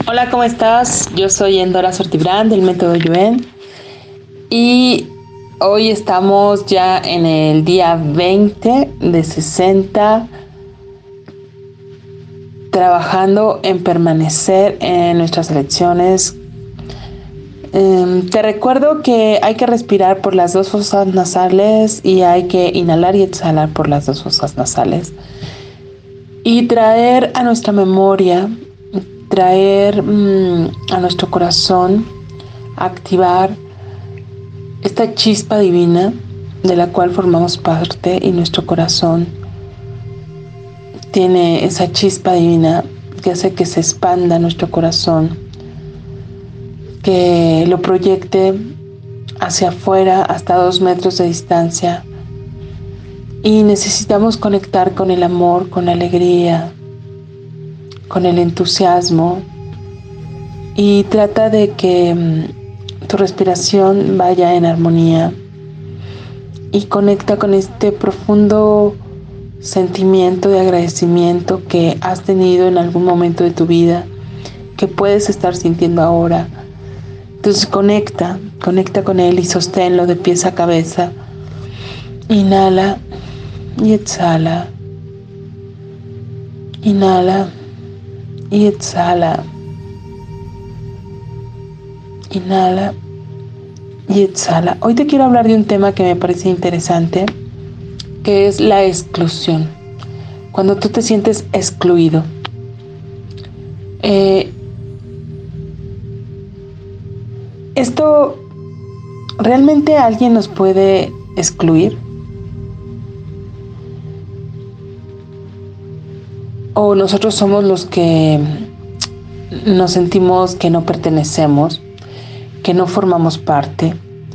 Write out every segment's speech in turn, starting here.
Hola, ¿cómo estás? Yo soy Endora Sortibrán del Método Yuen y hoy estamos ya en el día 20 de 60 trabajando en permanecer en nuestras elecciones. Te recuerdo que hay que respirar por las dos fosas nasales y hay que inhalar y exhalar por las dos fosas nasales y traer a nuestra memoria, traer a nuestro corazón, activar esta chispa divina de la cual formamos parte, y nuestro corazón tiene esa chispa divina que hace que se expanda nuestro corazón, que lo proyecte hacia afuera hasta 2 metros de distancia. Y necesitamos conectar con el amor, con la alegría, con el entusiasmo, y trata de que tu respiración vaya en armonía y conecta con este profundo sentimiento de agradecimiento que has tenido en algún momento de tu vida, que puedes estar sintiendo ahora. Entonces conecta con él y sosténlo de pies a cabeza. Inhala y exhala. Inhala y exhala. Inhala y exhala. Hoy te quiero hablar de un tema que me parece interesante, que es la exclusión. Cuando tú te sientes excluido. ¿Esto realmente alguien nos puede excluir? ¿O nosotros somos los que nos sentimos que no pertenecemos, que no formamos parte?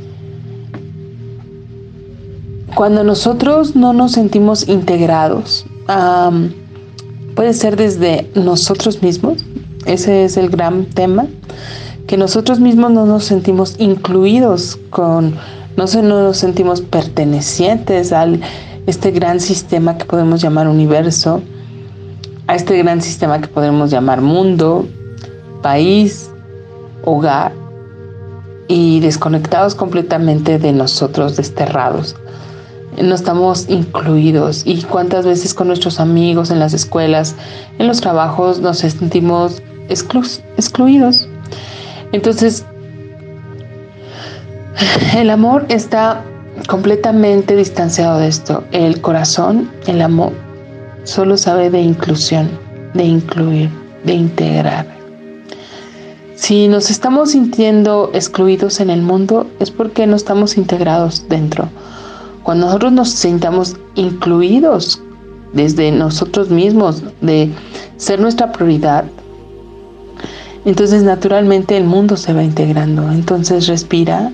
Cuando nosotros no nos sentimos integrados, puede ser desde nosotros mismos. Ese es el gran tema, que nosotros mismos no nos sentimos incluidos, no nos sentimos pertenecientes a este gran sistema que podemos llamar universo, a este gran sistema que podemos llamar mundo, país, hogar, y desconectados completamente de nosotros, desterrados. No estamos incluidos. Y cuántas veces con nuestros amigos en las escuelas, en los trabajos, nos sentimos excluidos. Entonces, el amor está completamente distanciado de esto. El corazón, el amor, solo sabe de inclusión, de incluir, de integrar. Si nos estamos sintiendo excluidos en el mundo, es porque no estamos integrados dentro. Cuando nosotros nos sintamos incluidos desde nosotros mismos, de ser nuestra prioridad, entonces naturalmente el mundo se va integrando. Entonces respira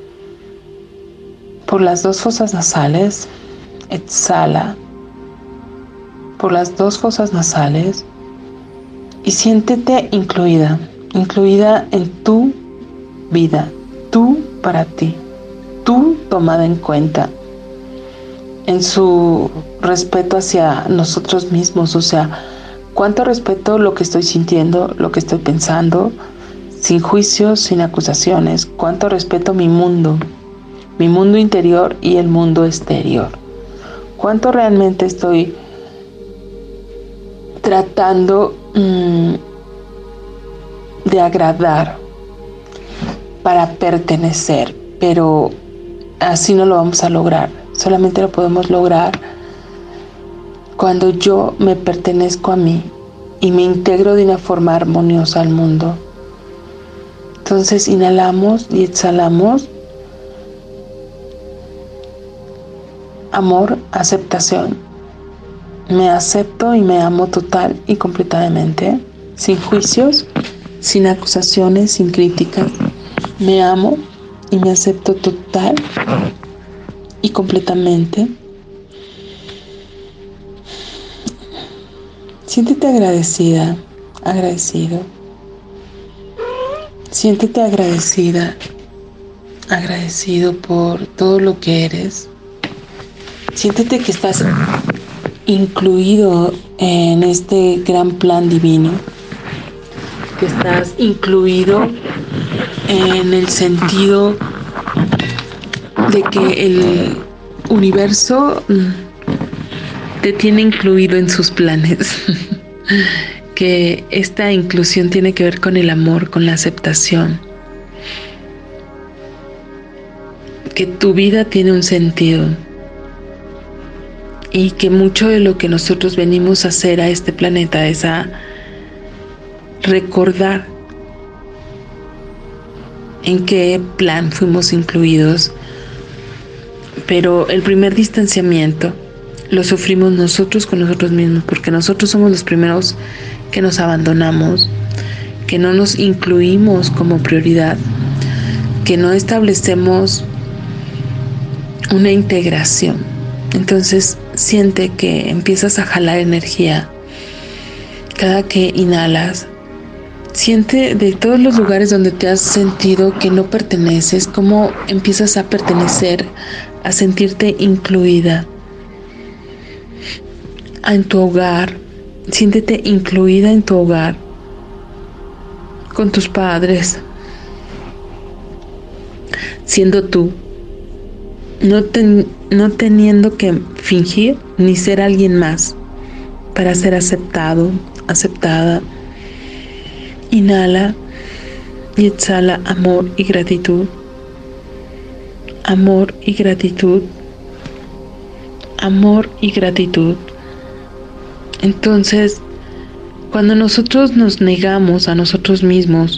por las 2 fosas nasales, exhala por las 2 fosas nasales y siéntete incluida en tu vida, tú para ti, tú tomada en cuenta, en su respeto hacia nosotros mismos. O sea, cuánto respeto lo que estoy sintiendo, lo que estoy pensando, sin juicios, sin acusaciones. Cuánto respeto mi mundo interior y el mundo exterior. Cuánto realmente estoy tratando de agradar para pertenecer, pero así no lo vamos a lograr. Solamente lo podemos lograr cuando yo me pertenezco a mí y me integro de una forma armoniosa al mundo. Entonces inhalamos y exhalamos. Amor, aceptación. Me acepto y me amo total y completamente, sin juicios, sin acusaciones, sin críticas. Me amo y me acepto total y completamente. Siéntete agradecida, agradecido. Siéntete agradecida, agradecido por todo lo que eres. Siéntete que estás incluido en este gran plan divino. que estás incluido en el sentido de que el universo te tiene incluido en sus planes. Que esta inclusión tiene que ver con el amor, con la aceptación. Que tu vida tiene un sentido. Y que mucho de lo que nosotros venimos a hacer a este planeta es a recordar en qué plan fuimos incluidos. Pero el primer distanciamiento lo sufrimos nosotros con nosotros mismos, porque nosotros somos los primeros que nos abandonamos, que no nos incluimos como prioridad, que no establecemos una integración. Entonces siente que empiezas a jalar energía cada que inhalas. Siente de todos los lugares donde te has sentido que no perteneces, cómo empiezas a pertenecer, a sentirte incluida. En tu hogar, siéntete incluida en tu hogar, con tus padres, siendo tú, no teniendo que fingir ni ser alguien más para ser aceptado, aceptada. Inhala y exhala amor y gratitud, amor y gratitud, amor y gratitud. Entonces, cuando nosotros nos negamos a nosotros mismos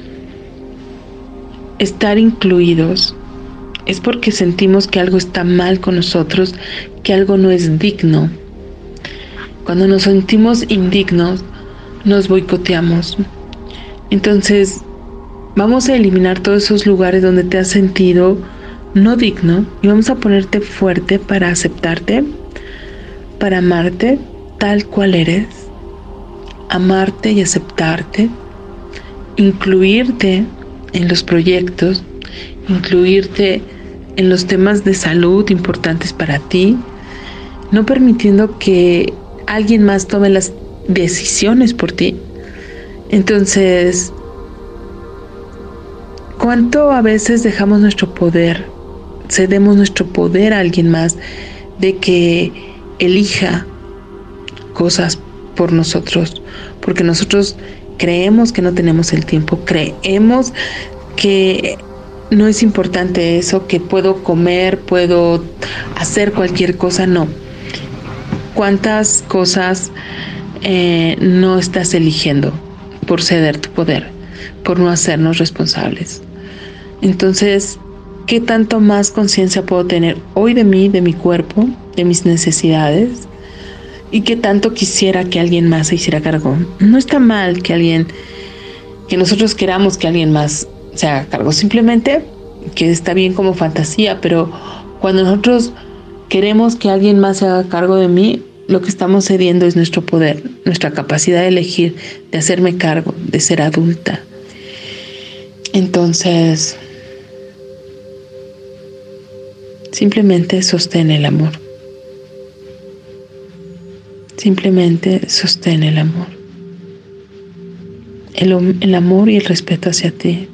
estar incluidos, es porque sentimos que algo está mal con nosotros, que algo no es digno. Cuando nos sentimos indignos, nos boicoteamos. Entonces, vamos a eliminar todos esos lugares donde te has sentido no digno y vamos a ponerte fuerte para aceptarte, para amarte tal cual eres, amarte y aceptarte, incluirte en los proyectos, incluirte en los temas de salud importantes para ti, no permitiendo que alguien más tome las decisiones por ti. Entonces, ¿cuánto a veces dejamos nuestro poder, cedemos nuestro poder a alguien más de que elija cosas por nosotros? Porque nosotros creemos que no tenemos el tiempo, creemos que no es importante eso, que puedo comer, puedo hacer cualquier cosa. No. ¿Cuántas cosas no estás eligiendo por ceder tu poder, por no hacernos responsables? Entonces, ¿qué tanto más conciencia puedo tener hoy de mí, de mi cuerpo, de mis necesidades? ¿Y qué tanto quisiera que alguien más se hiciera cargo? No está mal que nosotros queramos que alguien más se haga cargo, simplemente que está bien como fantasía, pero cuando nosotros queremos que alguien más se haga cargo de mí, lo que estamos cediendo es nuestro poder, nuestra capacidad de elegir, de hacerme cargo, de ser adulta. Entonces, simplemente sostén el amor. Simplemente sostén el amor. El amor y el respeto hacia ti.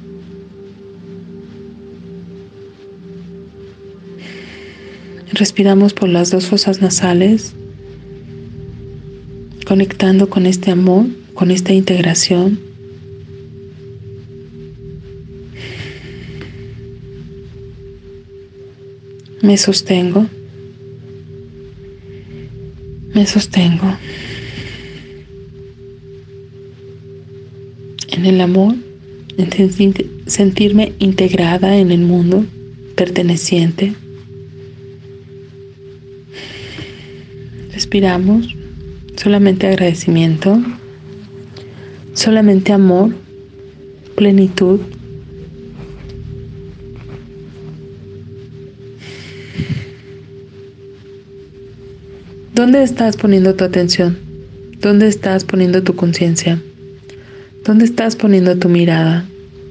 Respiramos por las dos fosas nasales, conectando con este amor, con esta integración. Me sostengo. Me sostengo en el amor, en sentirme integrada en el mundo, perteneciente. Respiramos, solamente agradecimiento, solamente amor, plenitud. ¿Dónde estás poniendo tu atención? ¿Dónde estás poniendo tu conciencia? ¿Dónde estás poniendo tu mirada?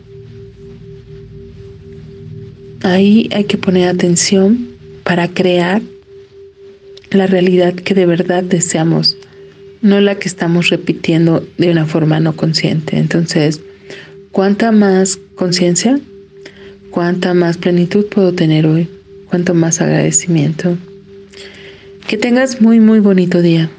Ahí hay que poner atención para crear la realidad que de verdad deseamos no la que estamos repitiendo de una forma no consciente. Entonces, ¿cuánta más conciencia, cuánta más plenitud puedo tener hoy? ¿Cuánto más agradecimiento? Que tengas muy, muy bonito día.